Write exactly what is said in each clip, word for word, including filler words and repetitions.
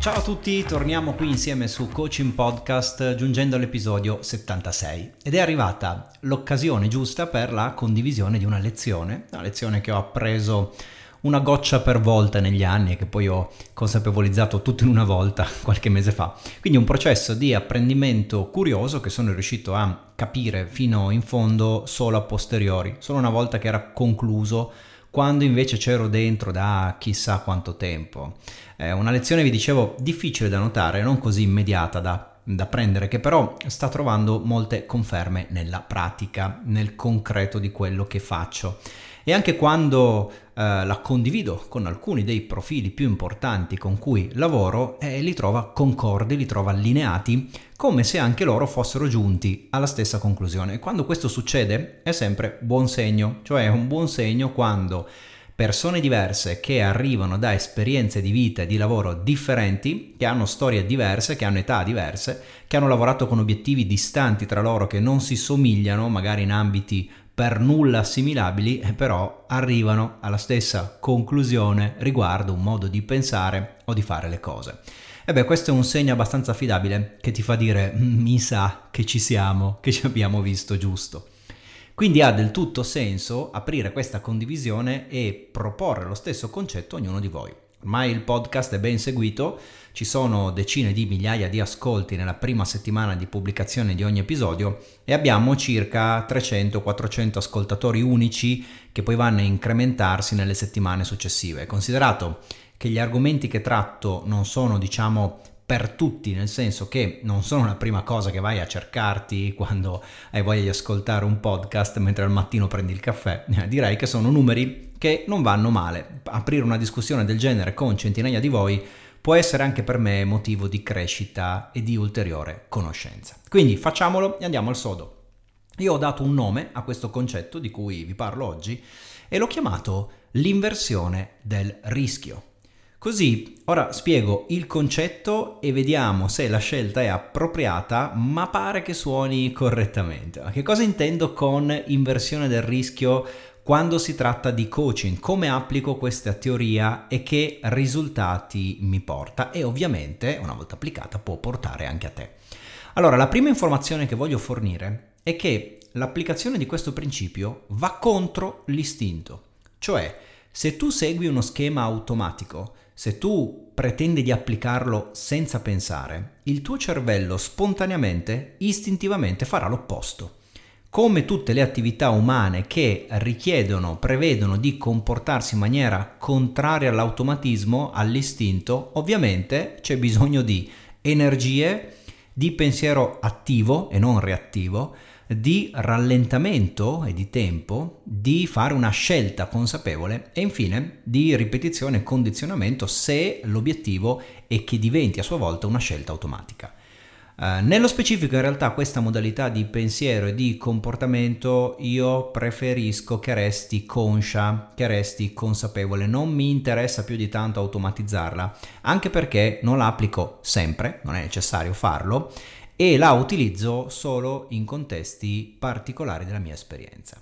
Ciao a tutti, torniamo qui insieme su Coaching Podcast giungendo all'episodio settantasei ed è arrivata l'occasione giusta per la condivisione di una lezione, una lezione che ho appreso una goccia per volta negli anni e che poi ho consapevolizzato tutto in una volta qualche mese fa. Quindi un processo di apprendimento curioso che sono riuscito a capire fino in fondo solo a posteriori, solo una volta che era concluso, quando invece c'ero dentro da chissà quanto tempo. È una lezione, vi dicevo, difficile da notare, non così immediata da, da prendere, che però sta trovando molte conferme nella pratica, nel concreto di quello che faccio. E anche quando eh, la condivido con alcuni dei profili più importanti con cui lavoro, eh, li trova concordi, li trova allineati, come se anche loro fossero giunti alla stessa conclusione. E quando questo succede è sempre buon segno, cioè è un buon segno quando persone diverse che arrivano da esperienze di vita e di lavoro differenti, che hanno storie diverse, che hanno età diverse, che hanno lavorato con obiettivi distanti tra loro, che non si somigliano, magari in ambiti per nulla assimilabili, però arrivano alla stessa conclusione riguardo un modo di pensare o di fare le cose. E beh, questo è un segno abbastanza affidabile che ti fa dire mi sa che ci siamo, che ci abbiamo visto giusto. Quindi ha del tutto senso aprire questa condivisione e proporre lo stesso concetto a ognuno di voi. Ormai il podcast è ben seguito, ci sono decine di migliaia di ascolti nella prima settimana di pubblicazione di ogni episodio e abbiamo circa trecento quattrocento ascoltatori unici che poi vanno a incrementarsi nelle settimane successive. Considerato che gli argomenti che tratto non sono, diciamo, per tutti, nel senso che non sono la prima cosa che vai a cercarti quando hai voglia di ascoltare un podcast mentre al mattino prendi il caffè, direi che sono numeri che non vanno male. Aprire una discussione del genere con centinaia di voi può essere anche per me motivo di crescita e di ulteriore conoscenza. Quindi facciamolo e andiamo al sodo. Io ho dato un nome a questo concetto di cui vi parlo oggi e l'ho chiamato l'inversione del rischio. Così, ora spiego il concetto e vediamo se la scelta è appropriata, ma pare che suoni correttamente. Ma che cosa intendo con inversione del rischio quando si tratta di coaching? Come applico questa teoria e che risultati mi porta? E ovviamente, una volta applicata, può portare anche a te. Allora, la prima informazione che voglio fornire è che l'applicazione di questo principio va contro l'istinto. Cioè, se tu segui uno schema automatico, se tu pretendi di applicarlo senza pensare, il tuo cervello spontaneamente, istintivamente farà l'opposto. Come tutte le attività umane che richiedono, prevedono di comportarsi in maniera contraria all'automatismo, all'istinto, ovviamente c'è bisogno di energie, di pensiero attivo e non reattivo, di rallentamento e di tempo, di fare una scelta consapevole e infine di ripetizione e condizionamento se l'obiettivo è che diventi a sua volta una scelta automatica. Uh, nello specifico in realtà questa modalità di pensiero e di comportamento io preferisco che resti conscia, che resti consapevole, non mi interessa più di tanto automatizzarla, anche perché non la applico sempre, non è necessario farlo, e la utilizzo solo in contesti particolari della mia esperienza.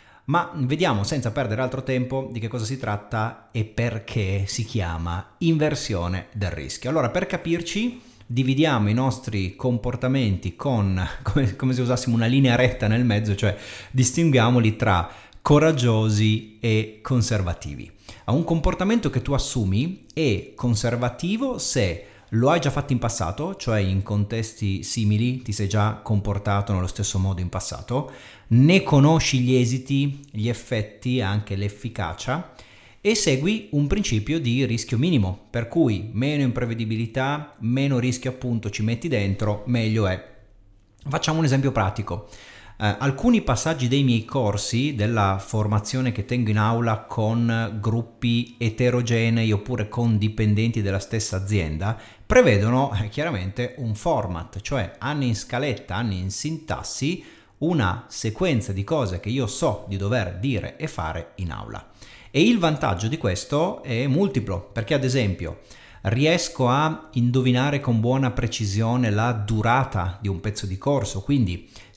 Ma vediamo senza perdere altro tempo di che cosa si tratta e perché si chiama inversione del rischio. Allora, per capirci, dividiamo i nostri comportamenti con come, come se usassimo una linea retta nel mezzo, cioè distinguiamoli tra coraggiosi e conservativi. Un comportamento che tu assumi è conservativo se lo hai già fatto in passato, cioè in contesti simili ti sei già comportato nello stesso modo in passato, ne conosci gli esiti, gli effetti, anche l'efficacia e segui un principio di rischio minimo, per cui meno imprevedibilità, meno rischio appunto ci metti dentro, meglio è. Facciamo un esempio pratico. Uh, alcuni passaggi dei miei corsi, della formazione che tengo in aula con gruppi eterogenei oppure con dipendenti della stessa azienda, prevedono eh, chiaramente un format, cioè hanno in scaletta, hanno in sintassi una sequenza di cose che io so di dover dire e fare in aula. E il vantaggio di questo è multiplo, perché ad esempio riesco a indovinare con buona precisione la durata di un pezzo di corso, quindi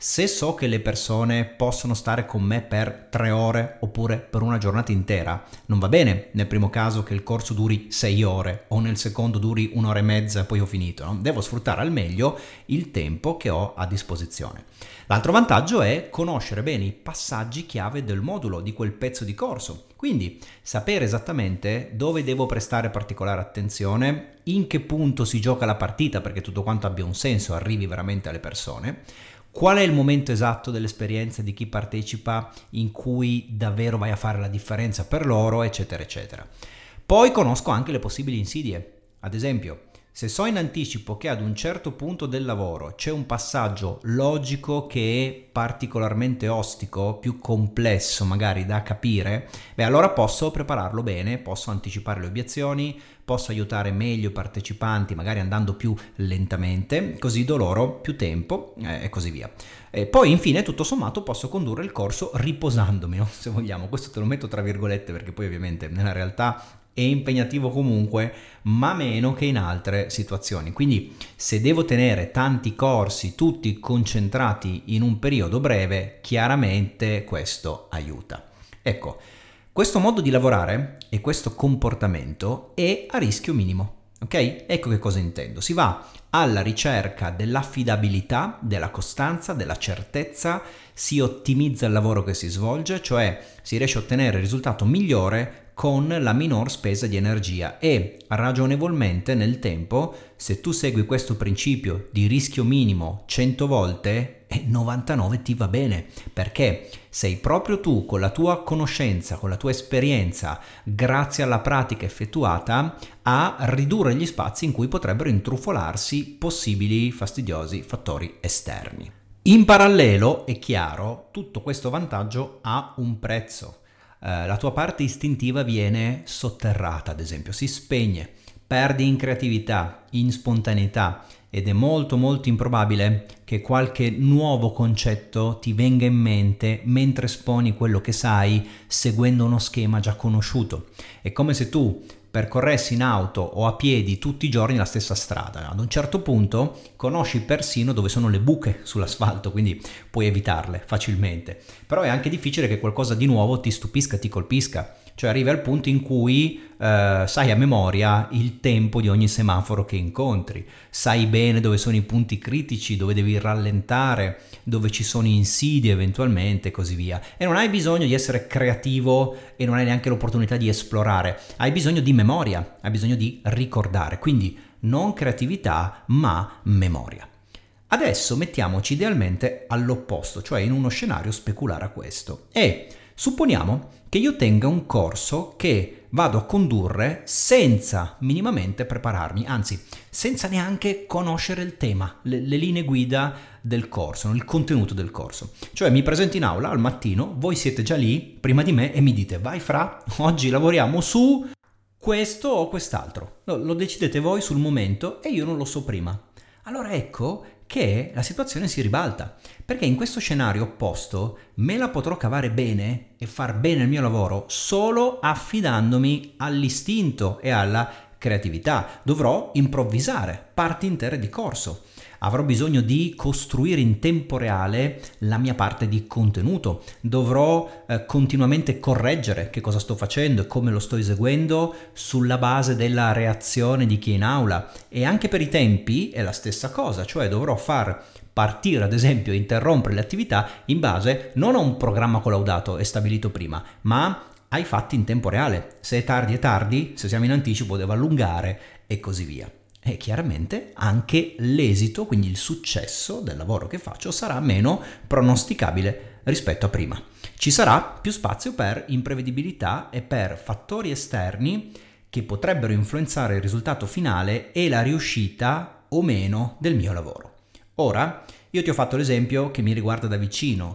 Se so che le persone possono stare con me per tre ore oppure per una giornata intera, non va bene nel primo caso che il corso duri sei ore o nel secondo duri un'ora e mezza e poi ho finito, no? Devo sfruttare al meglio il tempo che ho a disposizione. L'altro vantaggio è conoscere bene i passaggi chiave del modulo, di quel pezzo di corso. Quindi sapere esattamente dove devo prestare particolare attenzione, in che punto si gioca la partita perché tutto quanto abbia un senso, arrivi veramente alle persone, qual è il momento esatto dell'esperienza di chi partecipa in cui davvero vai a fare la differenza per loro, eccetera, eccetera. Poi conosco anche le possibili insidie. Ad esempio, se so in anticipo che ad un certo punto del lavoro c'è un passaggio logico che è particolarmente ostico, più complesso magari da capire, beh allora posso prepararlo bene, posso anticipare le obiezioni, posso aiutare meglio i partecipanti magari andando più lentamente, così do loro più tempo eh, e così via. E poi infine tutto sommato posso condurre il corso riposandomi, no? Se vogliamo, questo te lo metto tra virgolette perché poi ovviamente nella realtà è impegnativo comunque, ma meno che in altre situazioni. Quindi se devo tenere tanti corsi tutti concentrati in un periodo breve, chiaramente questo aiuta. Ecco, questo modo di lavorare e questo comportamento è a rischio minimo. Ok? Ecco che cosa intendo. Si va alla ricerca dell'affidabilità, della costanza, della certezza, si ottimizza il lavoro che si svolge, cioè si riesce a ottenere il risultato migliore con la minor spesa di energia e ragionevolmente nel tempo, se tu segui questo principio di rischio minimo cento volte, novantanove ti va bene, perché sei proprio tu con la tua conoscenza, con la tua esperienza, grazie alla pratica effettuata, a ridurre gli spazi in cui potrebbero intrufolarsi possibili fastidiosi fattori esterni. In parallelo, è chiaro, tutto questo vantaggio ha un prezzo. Uh, la tua parte istintiva viene sotterrata, ad esempio, si spegne, perdi in creatività, in spontaneità ed è molto molto improbabile che qualche nuovo concetto ti venga in mente mentre esponi quello che sai seguendo uno schema già conosciuto. È come se tu percorressi in auto o a piedi tutti i giorni la stessa strada. Ad un certo punto conosci persino dove sono le buche sull'asfalto, quindi puoi evitarle facilmente. Però è anche difficile che qualcosa di nuovo ti stupisca, ti colpisca. Cioè arrivi al punto in cui eh, sai a memoria il tempo di ogni semaforo che incontri, sai bene dove sono i punti critici, dove devi rallentare, dove ci sono insidie eventualmente e così via. E non hai bisogno di essere creativo e non hai neanche l'opportunità di esplorare, hai bisogno di memoria, hai bisogno di ricordare, quindi non creatività ma memoria. Adesso mettiamoci idealmente all'opposto, cioè in uno scenario speculare a questo e supponiamo che io tenga un corso che vado a condurre senza minimamente prepararmi, anzi senza neanche conoscere il tema, le, le linee guida del corso, il contenuto del corso. Cioè mi presento in aula al mattino, voi siete già lì prima di me e mi dite vai Fra, oggi lavoriamo su questo o quest'altro. Lo, lo decidete voi sul momento e io non lo so prima. Allora ecco che la situazione si ribalta, perché in questo scenario opposto me la potrò cavare bene e far bene il mio lavoro solo affidandomi all'istinto e alla creatività. Dovrò improvvisare parti intere di corso. Avrò bisogno di costruire in tempo reale la mia parte di contenuto, dovrò eh, continuamente correggere che cosa sto facendo e come lo sto eseguendo sulla base della reazione di chi è in aula e anche per i tempi è la stessa cosa, cioè dovrò far partire ad esempio e interrompere le attività in base non a un programma collaudato e stabilito prima, ma ai fatti in tempo reale. Se è tardi è tardi, se siamo in anticipo devo allungare e così via. E chiaramente anche l'esito, quindi il successo del lavoro che faccio sarà meno pronosticabile rispetto a prima. Ci sarà più spazio per imprevedibilità e per fattori esterni che potrebbero influenzare il risultato finale e la riuscita o meno del mio lavoro. Ora, io ti ho fatto l'esempio che mi riguarda da vicino,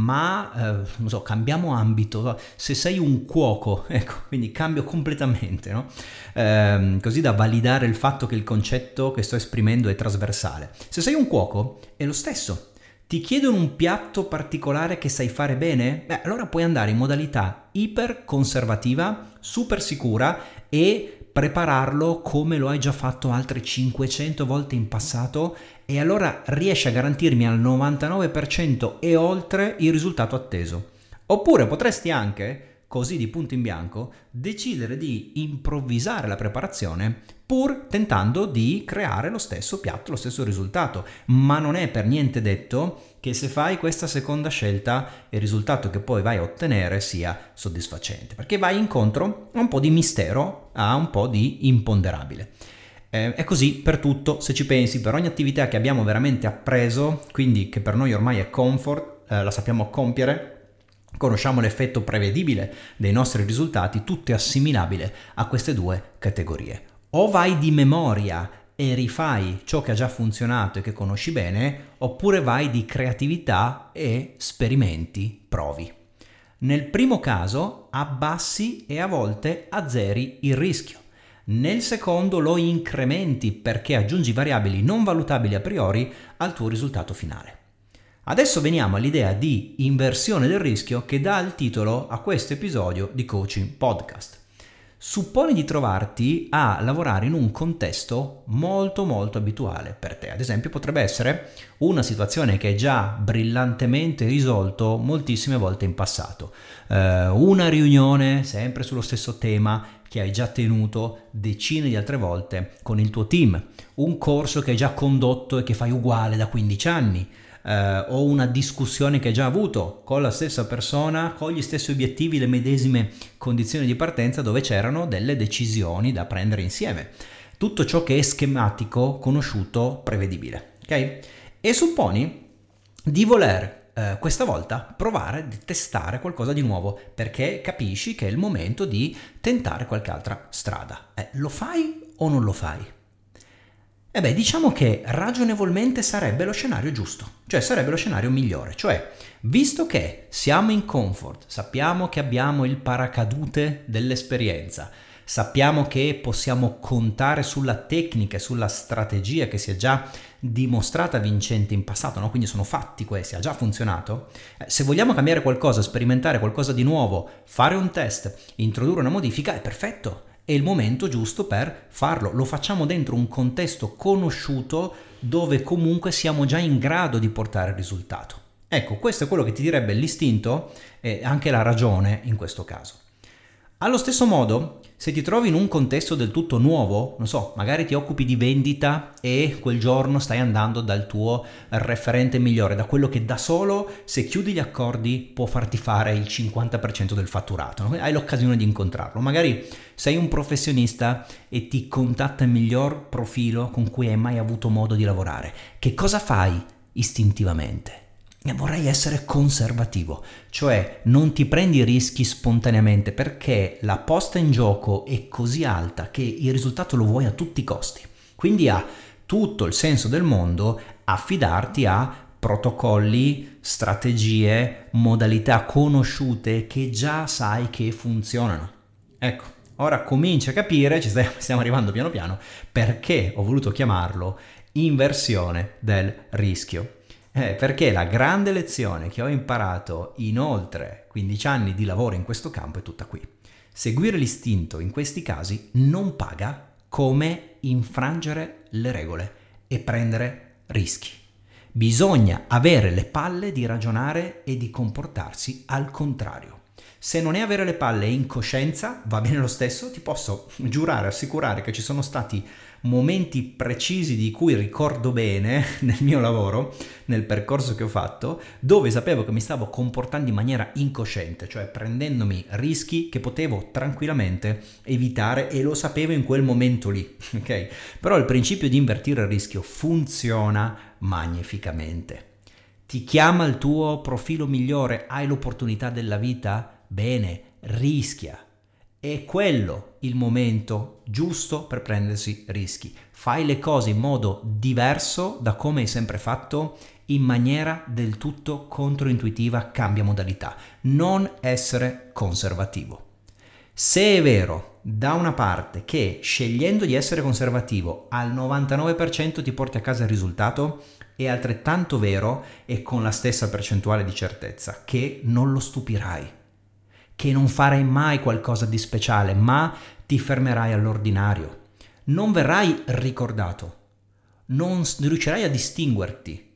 ma eh, non so, cambiamo ambito. Se sei un cuoco, ecco, quindi cambio completamente, no? Eh, così da validare il fatto che il concetto che sto esprimendo è trasversale. Se sei un cuoco è lo stesso. Ti chiedono un piatto particolare che sai fare bene? Beh, allora puoi andare in modalità iper conservativa, super sicura e prepararlo come lo hai già fatto altre cinquecento volte in passato e allora riesci a garantirmi al novantanove per cento e oltre il risultato atteso. Oppure potresti anche, così di punto in bianco, decidere di improvvisare la preparazione pur tentando di creare lo stesso piatto, lo stesso risultato. Ma non è per niente detto che se fai questa seconda scelta il risultato che poi vai a ottenere sia soddisfacente, perché vai incontro a un po' di mistero, a un po' di imponderabile. Eh, è così per tutto, se ci pensi, per ogni attività che abbiamo veramente appreso, quindi che per noi ormai è comfort, eh, la sappiamo compiere, conosciamo l'effetto prevedibile dei nostri risultati, tutto è assimilabile a queste due categorie. O vai di memoria e rifai ciò che ha già funzionato e che conosci bene, oppure vai di creatività e sperimenti, provi. Nel primo caso abbassi e a volte azzeri il rischio. Nel secondo lo incrementi perché aggiungi variabili non valutabili a priori al tuo risultato finale. Adesso veniamo all'idea di inversione del rischio che dà il titolo a questo episodio di Coaching Podcast. Supponi di trovarti a lavorare in un contesto molto molto abituale per te. Ad esempio potrebbe essere una situazione che hai già brillantemente risolto moltissime volte in passato. Eh, una riunione sempre sullo stesso tema che hai già tenuto decine di altre volte con il tuo team. Un corso che hai già condotto e che fai uguale da quindici anni. Uh, o una discussione che hai già avuto con la stessa persona, con gli stessi obiettivi, le medesime condizioni di partenza dove c'erano delle decisioni da prendere insieme. Tutto ciò che è schematico, conosciuto, prevedibile. Ok? E supponi di voler uh, questa volta provare, di testare qualcosa di nuovo perché capisci che è il momento di tentare qualche altra strada. Eh, lo fai o non lo fai? E beh, diciamo che ragionevolmente sarebbe lo scenario giusto, cioè sarebbe lo scenario migliore, cioè visto che siamo in comfort, sappiamo che abbiamo il paracadute dell'esperienza, sappiamo che possiamo contare sulla tecnica e sulla strategia che si è già dimostrata vincente in passato, no? Quindi sono fatti questi, ha già funzionato. Eh, se vogliamo cambiare qualcosa, sperimentare qualcosa di nuovo, fare un test, introdurre una modifica, è perfetto. È il momento giusto per farlo, lo facciamo dentro un contesto conosciuto dove comunque siamo già in grado di portare il risultato. Ecco, questo è quello che ti direbbe l'istinto e anche la ragione in questo caso. Allo stesso modo, se ti trovi in un contesto del tutto nuovo, non so, magari ti occupi di vendita e quel giorno stai andando dal tuo referente migliore, da quello che da solo, se chiudi gli accordi, può farti fare il cinquanta per cento del fatturato, no? Hai l'occasione di incontrarlo. Magari sei un professionista e ti contatta il miglior profilo con cui hai mai avuto modo di lavorare. Che cosa fai istintivamente? E vorrei essere conservativo, cioè non ti prendi rischi spontaneamente perché la posta in gioco è così alta che il risultato lo vuoi a tutti i costi. Quindi ha tutto il senso del mondo affidarti a protocolli, strategie, modalità conosciute che già sai che funzionano. Ecco, ora cominci a capire, ci stiamo arrivando piano piano, perché ho voluto chiamarlo inversione del rischio. Eh, perché la grande lezione che ho imparato in oltre quindici anni di lavoro in questo campo è tutta qui. Seguire l'istinto in questi casi non paga come infrangere le regole e prendere rischi. Bisogna avere le palle di ragionare e di comportarsi al contrario. Se non è avere le palle in coscienza, va bene lo stesso, ti posso giurare, assicurare che ci sono stati momenti precisi di cui ricordo bene nel mio lavoro, nel percorso che ho fatto, dove sapevo che mi stavo comportando in maniera incosciente, cioè prendendomi rischi che potevo tranquillamente evitare e lo sapevo in quel momento lì, ok? Però il principio di invertire il rischio funziona magnificamente. Ti chiama il tuo profilo migliore, hai l'opportunità della vita? Bene, rischia. È quello il momento giusto per prendersi rischi. Fai le cose in modo diverso da come hai sempre fatto, in maniera del tutto controintuitiva, cambia modalità. Non essere conservativo. Se è vero, da una parte, che scegliendo di essere conservativo al novantanove per cento ti porti a casa il risultato, è altrettanto vero e con la stessa percentuale di certezza che non lo stupirai. che non farai mai qualcosa di speciale, ma ti fermerai all'ordinario. Non verrai ricordato, non riuscirai a distinguerti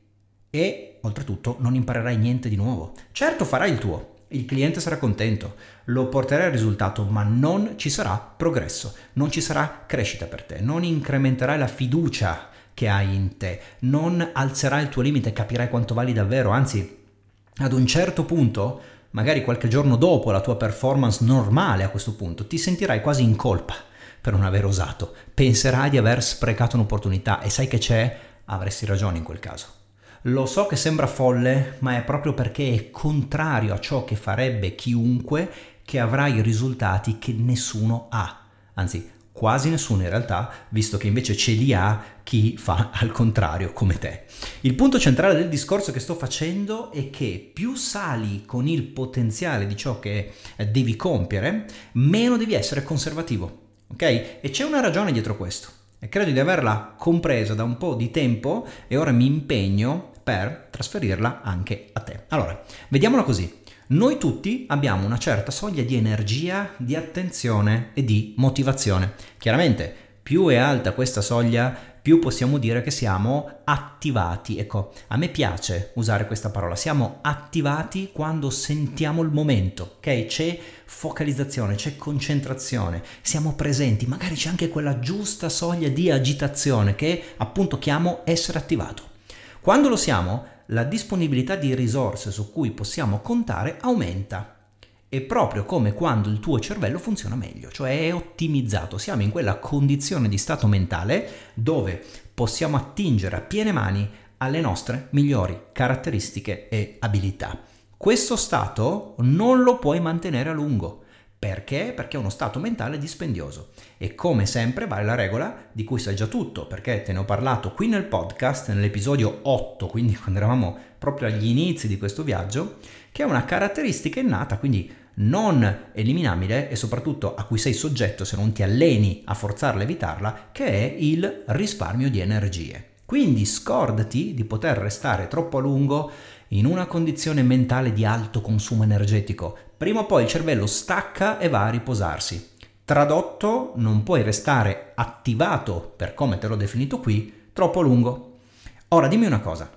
e, oltretutto, non imparerai niente di nuovo. Certo, farai il tuo, il cliente sarà contento, lo porterai al risultato, ma non ci sarà progresso, non ci sarà crescita per te, non incrementerai la fiducia che hai in te, non alzerai il tuo limite, capirai quanto vali davvero, anzi, ad un certo punto, magari qualche giorno dopo la tua performance normale a questo punto, ti sentirai quasi in colpa per non aver osato, penserai di aver sprecato un'opportunità e sai che c'è, avresti ragione in quel caso. Lo so che sembra folle, ma è proprio perché è contrario a ciò che farebbe chiunque che avrà i risultati che nessuno ha, anzi quasi nessuno in realtà, visto che invece ce li ha chi fa al contrario come te. Il punto centrale del discorso che sto facendo è che più sali con il potenziale di ciò che devi compiere, meno devi essere conservativo. Ok? E c'è una ragione dietro questo e credo di averla compresa da un po' di tempo e ora mi impegno per trasferirla anche a te. Allora, vediamola così. Noi tutti abbiamo una certa soglia di energia, di attenzione e di motivazione. Chiaramente, più è alta questa soglia, più possiamo dire che siamo attivati. Ecco, a me piace usare questa parola. Siamo attivati quando sentiamo il momento, ok? C'è focalizzazione, c'è concentrazione, siamo presenti, magari c'è anche quella giusta soglia di agitazione che appunto chiamo essere attivato. Quando lo siamo, la disponibilità di risorse su cui possiamo contare aumenta. È proprio come quando il tuo cervello funziona meglio, cioè è ottimizzato. Siamo in quella condizione di stato mentale dove possiamo attingere a piene mani alle nostre migliori caratteristiche e abilità. Questo stato non lo puoi mantenere a lungo. Perché? Perché è uno stato mentale dispendioso e come sempre vale la regola di cui sai già tutto, perché te ne ho parlato qui nel podcast nell'episodio otto, quindi quando eravamo proprio agli inizi di questo viaggio, che è una caratteristica innata, quindi non eliminabile e soprattutto a cui sei soggetto se non ti alleni a forzarla e evitarla, che è il risparmio di energie. Quindi scordati di poter restare troppo a lungo in una condizione mentale di alto consumo energetico. Prima o poi il cervello stacca e va a riposarsi. Tradotto, non puoi restare attivato, per come te l'ho definito qui, troppo a lungo. Ora dimmi una cosa,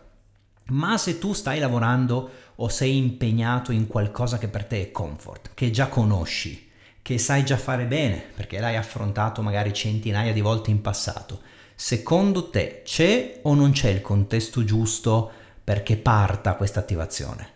ma se tu stai lavorando o sei impegnato in qualcosa che per te è comfort, che già conosci, che sai già fare bene, perché l'hai affrontato magari centinaia di volte in passato, secondo te c'è o non c'è il contesto giusto perché parta questa attivazione?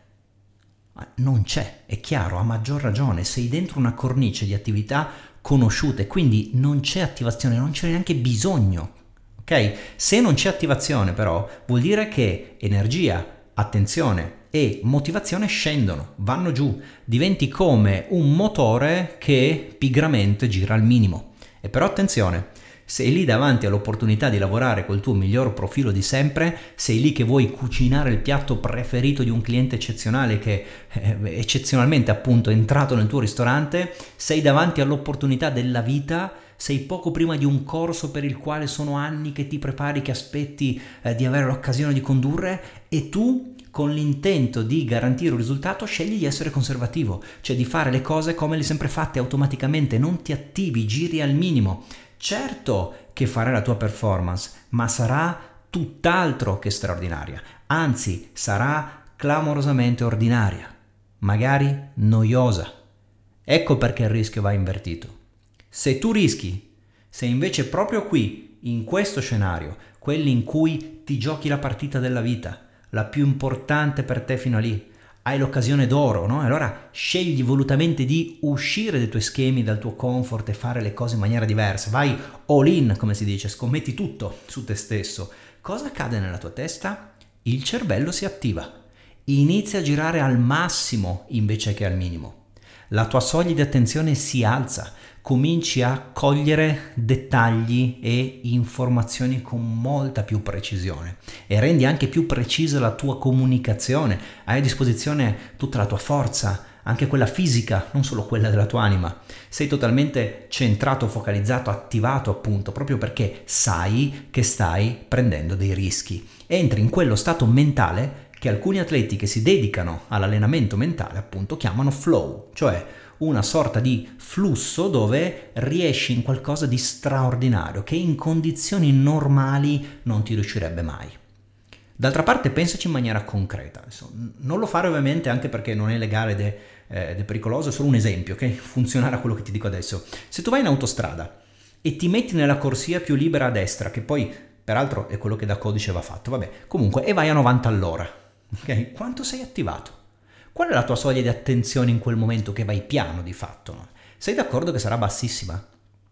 Non c'è, è chiaro, a maggior ragione, sei dentro una cornice di attività conosciute, quindi non c'è attivazione, non c'è neanche bisogno, ok? Se non c'è attivazione però vuol dire che energia, attenzione e motivazione scendono, vanno giù, diventi come un motore che pigramente gira al minimo. E però attenzione, sei lì davanti all'opportunità di lavorare col tuo miglior profilo di sempre, sei lì che vuoi cucinare il piatto preferito di un cliente eccezionale che eh, eccezionalmente appunto è entrato nel tuo ristorante, sei davanti all'opportunità della vita, sei poco prima di un corso per il quale sono anni che ti prepari, che aspetti eh, di avere l'occasione di condurre e tu con l'intento di garantire un risultato scegli di essere conservativo, cioè di fare le cose come le sempre fatte automaticamente, non ti attivi, giri al minimo. Certo che farai la tua performance, ma sarà tutt'altro che straordinaria, anzi sarà clamorosamente ordinaria, magari noiosa. Ecco perché il rischio va invertito. Se tu rischi, se invece proprio qui, in questo scenario, quelli in cui ti giochi la partita della vita, la più importante per te fino a lì, hai l'occasione d'oro, no? Allora scegli volutamente di uscire dai tuoi schemi, dal tuo comfort e fare le cose in maniera diversa. Vai all in, come si dice, scommetti tutto su te stesso. Cosa accade nella tua testa? Il cervello si attiva, inizia a girare al massimo invece che al minimo. La tua soglia di attenzione si alza, cominci a cogliere dettagli e informazioni con molta più precisione e rendi anche più precisa la tua comunicazione, hai a disposizione tutta la tua forza, anche quella fisica, non solo quella della tua anima. Sei totalmente centrato, focalizzato, attivato appunto, proprio perché sai che stai prendendo dei rischi. Entri in quello stato mentale che alcuni atleti che si dedicano all'allenamento mentale appunto chiamano flow, cioè una sorta di flusso dove riesci in qualcosa di straordinario che in condizioni normali non ti riuscirebbe mai. D'altra parte pensaci in maniera concreta. Adesso, non lo fare ovviamente anche perché non è legale ed è, eh, ed è pericoloso, è solo un esempio, ok? Funzionerà quello che ti dico adesso. Se tu vai in autostrada e ti metti nella corsia più libera a destra, che poi peraltro è quello che da codice va fatto, vabbè, comunque, e vai a novanta all'ora, ok? Quanto sei attivato? Qual è la tua soglia di attenzione in quel momento che vai piano di fatto? No? Sei d'accordo che sarà bassissima?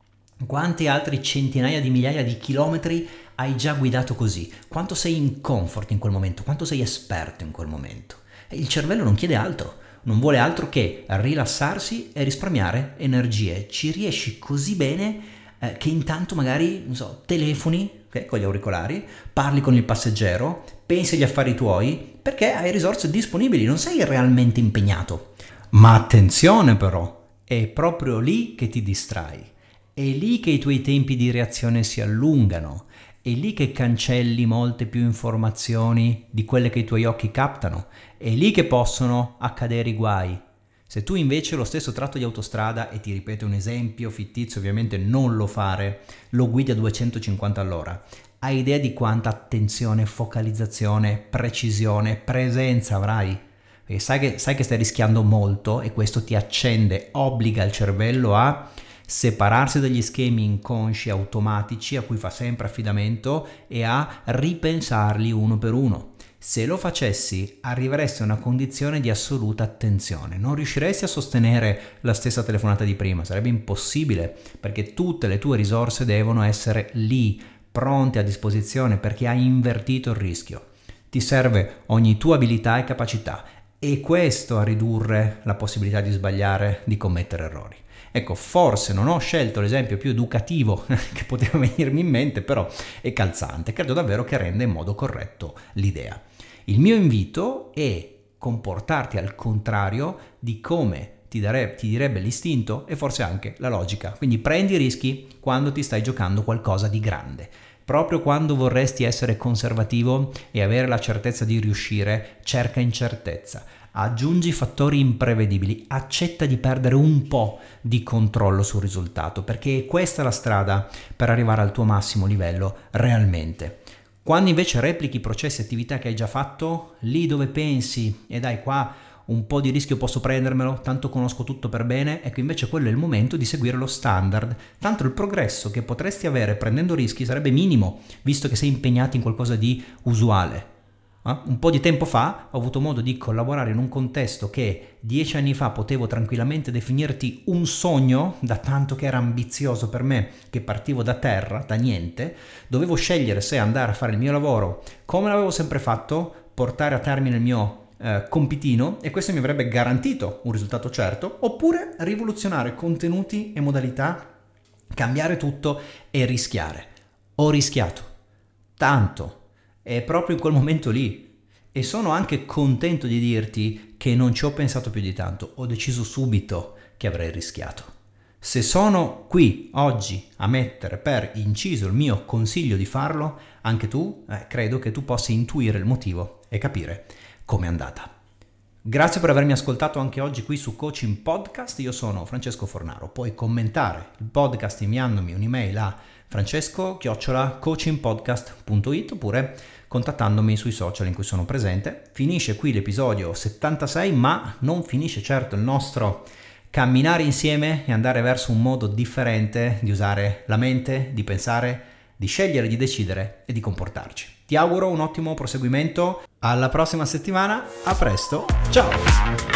Quanti altri centinaia di migliaia di chilometri hai già guidato così? Quanto sei in comfort in quel momento? Quanto sei esperto in quel momento? E il cervello non chiede altro, non vuole altro che rilassarsi e risparmiare energie. Ci riesci così bene eh, che intanto magari, non so, telefoni, okay, con gli auricolari, parli con il passeggero, pensi agli affari tuoi, perché hai risorse disponibili, non sei realmente impegnato. Ma attenzione però, è proprio lì che ti distrai, è lì che i tuoi tempi di reazione si allungano, è lì che cancelli molte più informazioni di quelle che i tuoi occhi captano, è lì che possono accadere i guai. Se tu invece lo stesso tratto di autostrada, e ti ripeto un esempio fittizio, ovviamente non lo fare, lo guidi a duecentocinquanta all'ora, hai idea di quanta attenzione, focalizzazione, precisione, presenza avrai? Perché sai che, sai che stai rischiando molto e questo ti accende, obbliga il cervello a separarsi dagli schemi inconsci automatici a cui fa sempre affidamento e a ripensarli uno per uno. Se lo facessi arriveresti a una condizione di assoluta attenzione, non riusciresti a sostenere la stessa telefonata di prima, sarebbe impossibile perché tutte le tue risorse devono essere lì, pronte a disposizione perché hai invertito il rischio. Ti serve ogni tua abilità e capacità e questo a ridurre la possibilità di sbagliare, di commettere errori. Ecco, forse non ho scelto l'esempio più educativo che poteva venirmi in mente, però è calzante, credo davvero che renda in modo corretto l'idea. Il mio invito è comportarti al contrario di come ti, dare, ti direbbe l'istinto e forse anche la logica. Quindi prendi rischi quando ti stai giocando qualcosa di grande. Proprio quando vorresti essere conservativo e avere la certezza di riuscire, cerca incertezza. Aggiungi fattori imprevedibili, accetta di perdere un po' di controllo sul risultato, perché questa è la strada per arrivare al tuo massimo livello realmente. Quando invece replichi processi e attività che hai già fatto, lì dove pensi, e dai qua un po' di rischio posso prendermelo, tanto conosco tutto per bene, ecco invece quello è il momento di seguire lo standard, tanto il progresso che potresti avere prendendo rischi sarebbe minimo, visto che sei impegnato in qualcosa di usuale. Eh? Un po' di tempo fa ho avuto modo di collaborare in un contesto che dieci anni fa potevo tranquillamente definirti un sogno, da tanto che era ambizioso per me, che partivo da terra, da niente, dovevo scegliere se andare a fare il mio lavoro come l'avevo sempre fatto, portare a termine il mio eh, compitino, e questo mi avrebbe garantito un risultato certo, oppure rivoluzionare contenuti e modalità, cambiare tutto e rischiare. Ho rischiato tanto. È proprio in quel momento lì e sono anche contento di dirti che non ci ho pensato più di tanto, ho deciso subito che avrei rischiato. Se sono qui oggi a mettere per inciso il mio consiglio di farlo, anche tu, eh, credo che tu possa intuire il motivo e capire com'è andata. Grazie per avermi ascoltato anche oggi qui su Coaching Podcast, io sono Francesco Fornaro, puoi commentare il podcast inviandomi un'email a francesco chiocciola coachingpodcast punto it oppure contattandomi sui social in cui sono presente. Finisce qui l'episodio settantasei, ma non finisce certo il nostro camminare insieme e andare verso un modo differente di usare la mente, di pensare, di scegliere, di decidere e di comportarci. Ti auguro un ottimo proseguimento, alla prossima settimana, a presto, ciao!